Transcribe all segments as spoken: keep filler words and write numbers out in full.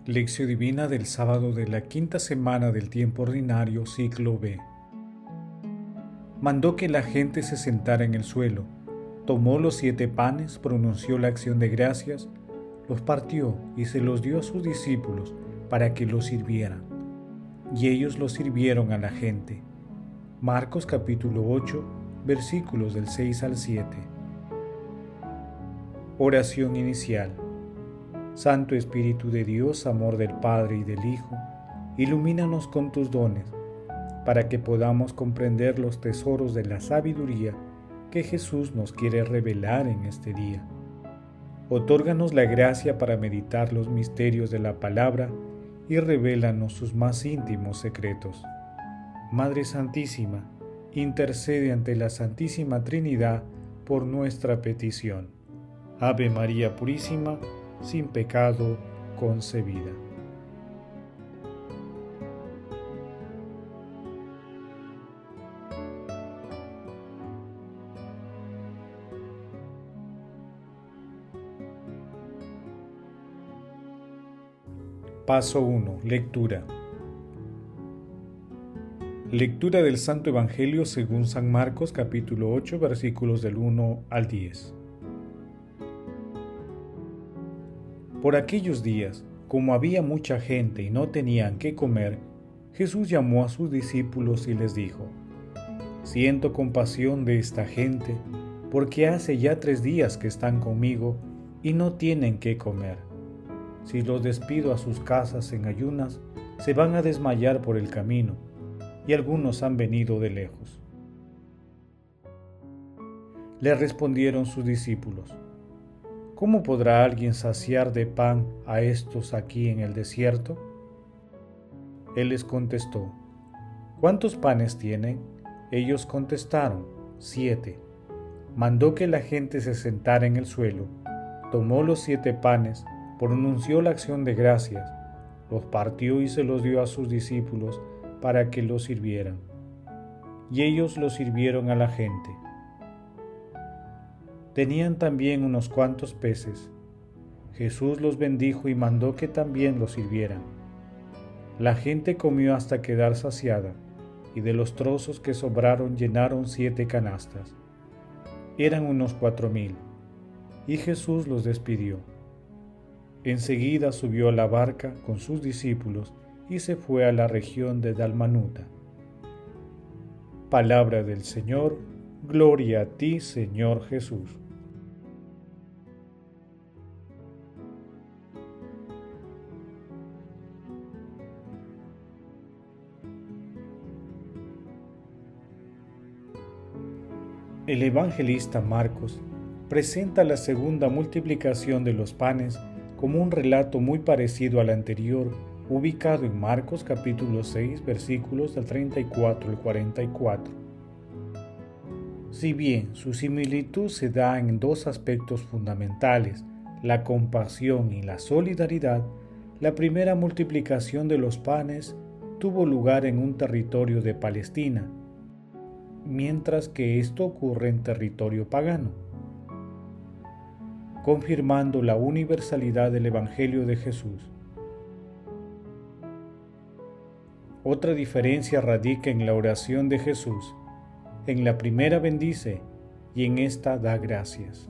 Lección Divina del sábado de la quinta semana del tiempo ordinario, ciclo B. Mandó que la gente se sentara en el suelo, tomó los siete panes, pronunció la acción de gracias, los partió y se los dio a sus discípulos para que los sirvieran. Y ellos los sirvieron a la gente. Marcos capítulo ocho, versículos del seis al siete. Oración inicial. Santo Espíritu de Dios, amor del Padre y del Hijo, ilumínanos con tus dones, para que podamos comprender los tesoros de la sabiduría que Jesús nos quiere revelar en este día. Otórganos la gracia para meditar los misterios de la palabra y revélanos sus más íntimos secretos. Madre Santísima, intercede ante la Santísima Trinidad por nuestra petición. Ave María Purísima, sin pecado concebida. Paso uno. Lectura. Lectura del Santo Evangelio según San Marcos capítulo ocho versículos del uno al diez. Por aquellos días, como había mucha gente y no tenían qué comer, Jesús llamó a sus discípulos y les dijo: Siento compasión de esta gente, porque hace ya tres días que están conmigo y no tienen qué comer. Si los despido a sus casas en ayunas, se van a desmayar por el camino, y algunos han venido de lejos. Le respondieron sus discípulos: ¿Cómo podrá alguien saciar de pan a estos aquí en el desierto? Él les contestó: ¿Cuántos panes tienen? Ellos contestaron: Siete. Mandó que la gente se sentara en el suelo, tomó los siete panes, pronunció la acción de gracias, los partió y se los dio a sus discípulos para que los sirvieran. Y ellos los sirvieron a la gente. Tenían también unos cuantos peces. Jesús los bendijo y mandó que también los sirvieran. La gente comió hasta quedar saciada, y de los trozos que sobraron llenaron siete canastas. Eran unos cuatro mil, y Jesús los despidió. Enseguida subió a la barca con sus discípulos y se fue a la región de Dalmanuta. Palabra del Señor, gloria a ti, Señor Jesús. El evangelista Marcos presenta la segunda multiplicación de los panes como un relato muy parecido al anterior, ubicado en Marcos capítulo seis, versículos del treinta y cuatro al cuarenta y cuatro. Si bien su similitud se da en dos aspectos fundamentales, la compasión y la solidaridad, la primera multiplicación de los panes tuvo lugar en un territorio de Palestina, mientras que esto ocurre en territorio pagano, confirmando la universalidad del Evangelio de Jesús. Otra diferencia radica en la oración de Jesús. En la primera bendice y en esta da gracias.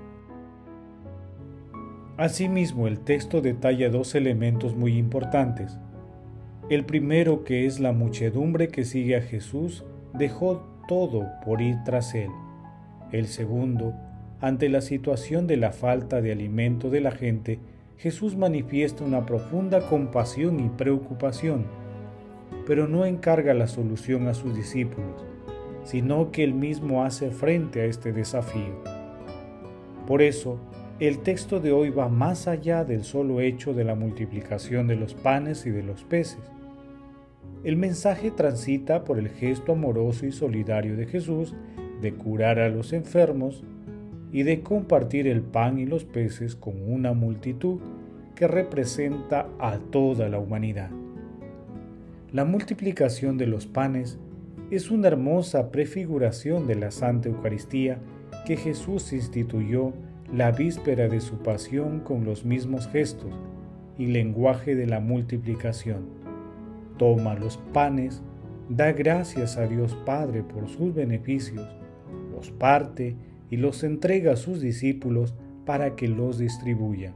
Asimismo, el texto detalla dos elementos muy importantes. El primero, que es la muchedumbre que sigue a Jesús, dejó todo por ir tras él. El segundo, ante la situación de la falta de alimento de la gente, Jesús manifiesta una profunda compasión y preocupación, pero no encarga la solución a sus discípulos, sino que él mismo hace frente a este desafío. Por eso, el texto de hoy va más allá del solo hecho de la multiplicación de los panes y de los peces. El mensaje transita por el gesto amoroso y solidario de Jesús de curar a los enfermos y de compartir el pan y los peces con una multitud que representa a toda la humanidad. La multiplicación de los panes es una hermosa prefiguración de la Santa Eucaristía que Jesús instituyó la víspera de su pasión con los mismos gestos y lenguaje de la multiplicación. Toma los panes, da gracias a Dios Padre por sus beneficios, los parte y los entrega a sus discípulos para que los distribuyan.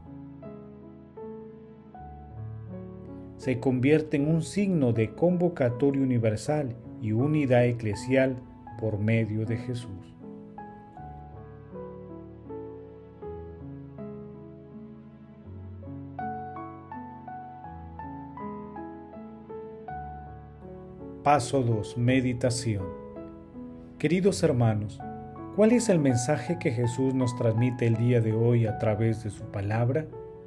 Se convierte en un signo de convocatoria universal y unidad eclesial por medio de Jesús. Paso dos. Meditación. Queridos hermanos, ¿cuál es el mensaje que Jesús nos transmite el día de hoy a través de su palabra?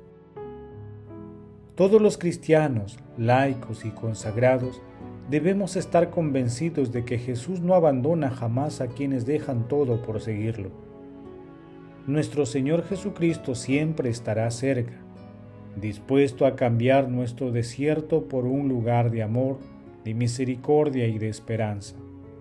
Todos los cristianos, laicos y consagrados, debemos estar convencidos de que Jesús no abandona jamás a quienes dejan todo por seguirlo. Nuestro Señor Jesucristo siempre estará cerca, dispuesto a cambiar nuestro desierto por un lugar de amor, de misericordia y de esperanza.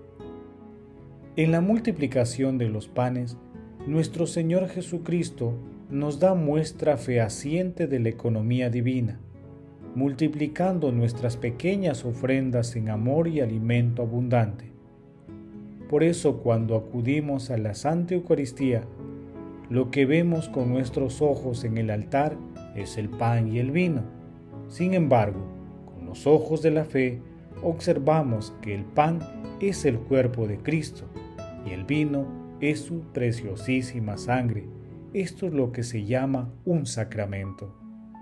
En la multiplicación de los panes, nuestro Señor Jesucristo nos da muestra fehaciente de la economía divina, multiplicando nuestras pequeñas ofrendas en amor y alimento abundante. Por eso, cuando acudimos a la Santa Eucaristía, lo que vemos con nuestros ojos en el altar es el pan y el vino. Sin embargo, con los ojos de la fe, observamos que el pan es el cuerpo de Cristo y el vino es su preciosísima sangre. Esto es lo que se llama un sacramento.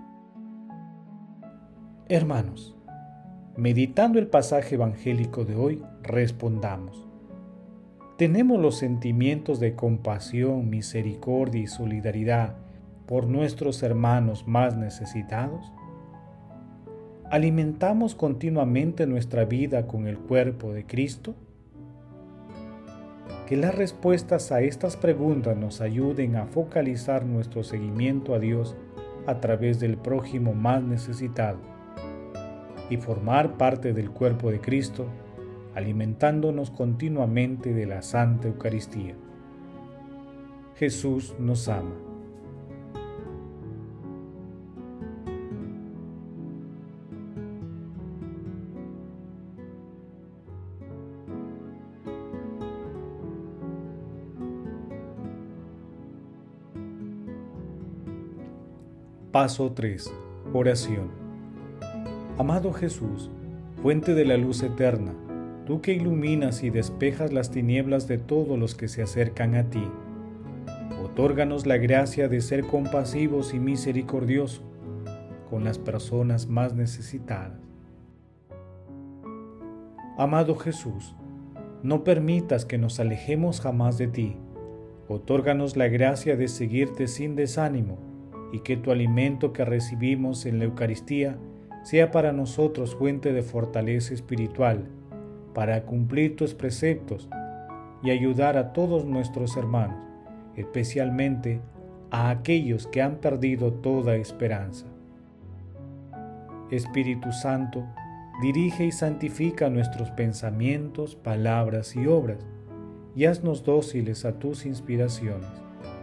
Hermanos, meditando el pasaje evangélico de hoy, respondamos: ¿tenemos los sentimientos de compasión, misericordia y solidaridad por nuestros hermanos más necesitados? ¿Alimentamos continuamente nuestra vida con el cuerpo de Cristo? Que las respuestas a estas preguntas nos ayuden a focalizar nuestro seguimiento a Dios a través del prójimo más necesitado y formar parte del cuerpo de Cristo, alimentándonos continuamente de la Santa Eucaristía. Jesús nos ama. Paso tres. Oración. Amado Jesús, fuente de la luz eterna, tú que iluminas y despejas las tinieblas de todos los que se acercan a ti, otórganos la gracia de ser compasivos y misericordiosos con las personas más necesitadas. Amado Jesús, no permitas que nos alejemos jamás de ti. Otórganos la gracia de seguirte sin desánimo y que tu alimento que recibimos en la Eucaristía sea para nosotros fuente de fortaleza espiritual, para cumplir tus preceptos y ayudar a todos nuestros hermanos, especialmente a aquellos que han perdido toda esperanza. Espíritu Santo, dirige y santifica nuestros pensamientos, palabras y obras, y haznos dóciles a tus inspiraciones.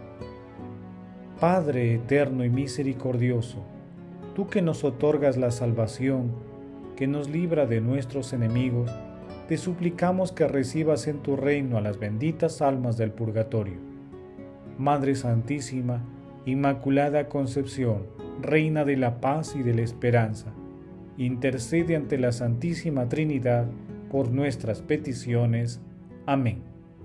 Padre eterno y misericordioso, tú que nos otorgas la salvación, que nos libra de nuestros enemigos, te suplicamos que recibas en tu reino a las benditas almas del purgatorio. Madre Santísima, Inmaculada Concepción, Reina de la paz y de la esperanza, intercede ante la Santísima Trinidad por nuestras peticiones. Amén.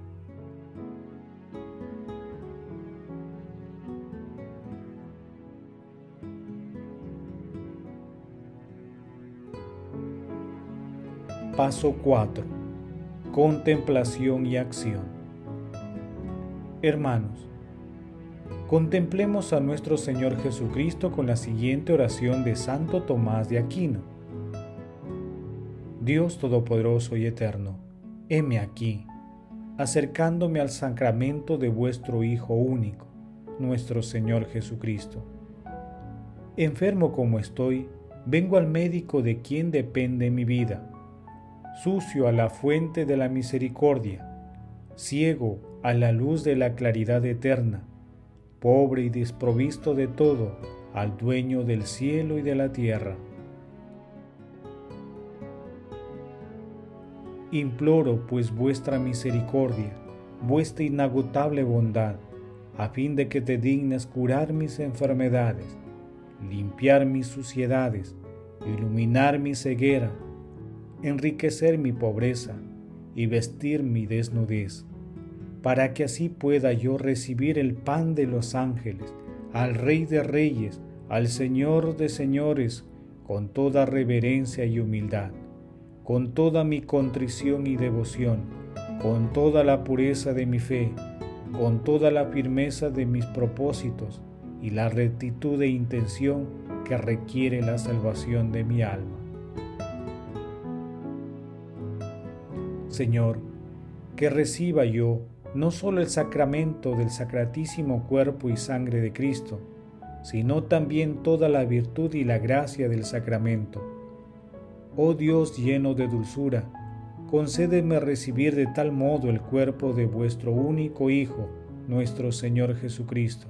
Paso cuatro. Contemplación y acción. Hermanos, contemplemos a nuestro Señor Jesucristo con la siguiente oración de Santo Tomás de Aquino. Dios Todopoderoso y Eterno, heme aquí, acercándome al sacramento de vuestro Hijo único, nuestro Señor Jesucristo. Enfermo como estoy, vengo al médico de quien depende mi vida, sucio a la fuente de la misericordia, ciego a la luz de la claridad eterna, pobre y desprovisto de todo, al dueño del cielo y de la tierra. Imploro pues vuestra misericordia, vuestra inagotable bondad, a fin de que te dignes curar mis enfermedades, limpiar mis suciedades, iluminar mi ceguera, enriquecer mi pobreza y vestir mi desnudez, para que así pueda yo recibir el pan de los ángeles, al Rey de Reyes, al Señor de Señores, con toda reverencia y humildad, con toda mi contrición y devoción, con toda la pureza de mi fe, con toda la firmeza de mis propósitos y la rectitud de intención que requiere la salvación de mi alma. Señor, que reciba yo no solo el sacramento del sacratísimo cuerpo y sangre de Cristo, sino también toda la virtud y la gracia del sacramento. Oh Dios lleno de dulzura, concédeme recibir de tal modo el cuerpo de vuestro único Hijo, nuestro Señor Jesucristo,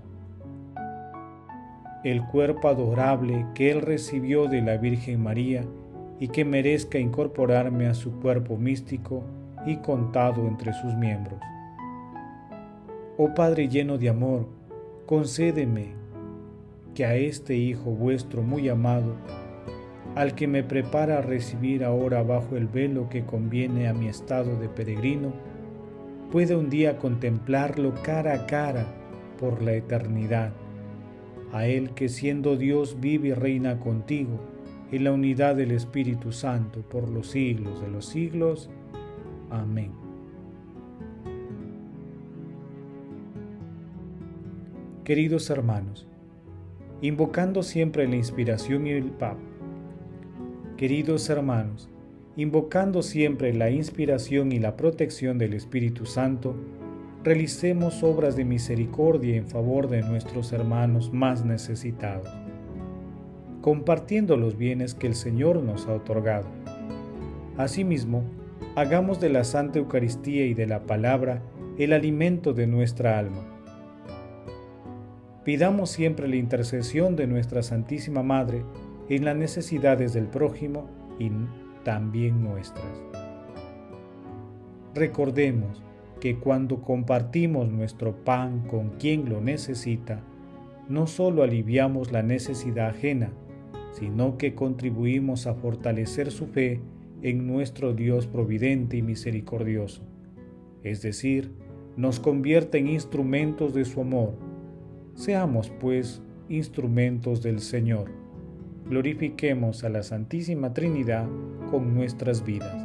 el cuerpo adorable que Él recibió de la Virgen María y que merezca incorporarme a su cuerpo místico y contado entre sus miembros. Oh Padre lleno de amor, concédeme que a este Hijo vuestro muy amado, al que me prepara a recibir ahora bajo el velo que conviene a mi estado de peregrino, pueda un día contemplarlo cara a cara por la eternidad, a Él que siendo Dios vive y reina contigo en la unidad del Espíritu Santo por los siglos de los siglos. Amén. Queridos hermanos, invocando siempre la inspiración y el Papa, Queridos hermanos, invocando siempre la inspiración y la protección del Espíritu Santo, realicemos obras de misericordia en favor de nuestros hermanos más necesitados, compartiendo los bienes que el Señor nos ha otorgado. Asimismo, hagamos de la Santa Eucaristía y de la Palabra el alimento de nuestra alma. Pidamos siempre la intercesión de nuestra Santísima Madre en las necesidades del prójimo y también nuestras. Recordemos que cuando compartimos nuestro pan con quien lo necesita, no solo aliviamos la necesidad ajena, sino que contribuimos a fortalecer su fe en nuestro Dios providente y misericordioso, es decir, nos convierte en instrumentos de su amor. Seamos, pues, instrumentos del Señor. Glorifiquemos a la Santísima Trinidad con nuestras vidas.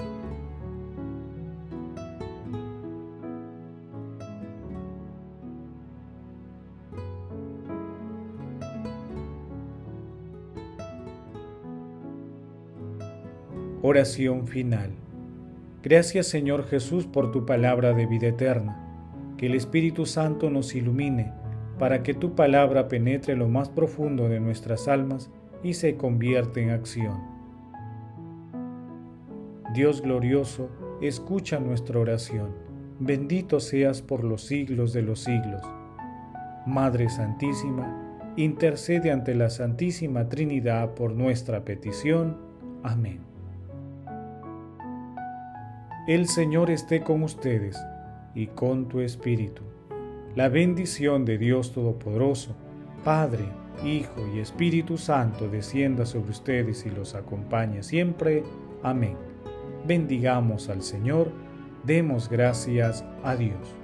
Oración final. Gracias, Señor Jesús, por tu palabra de vida eterna. Que el Espíritu Santo nos ilumine para que tu palabra penetre lo más profundo de nuestras almas y se convierte en acción. Dios glorioso, escucha nuestra oración. Bendito seas por los siglos de los siglos. Madre Santísima, intercede ante la Santísima Trinidad por nuestra petición. Amén. El Señor esté con ustedes y con tu espíritu. La bendición de Dios Todopoderoso, Padre, Hijo y Espíritu Santo, descienda sobre ustedes y los acompañe siempre. Amén. Bendigamos al Señor, demos gracias a Dios.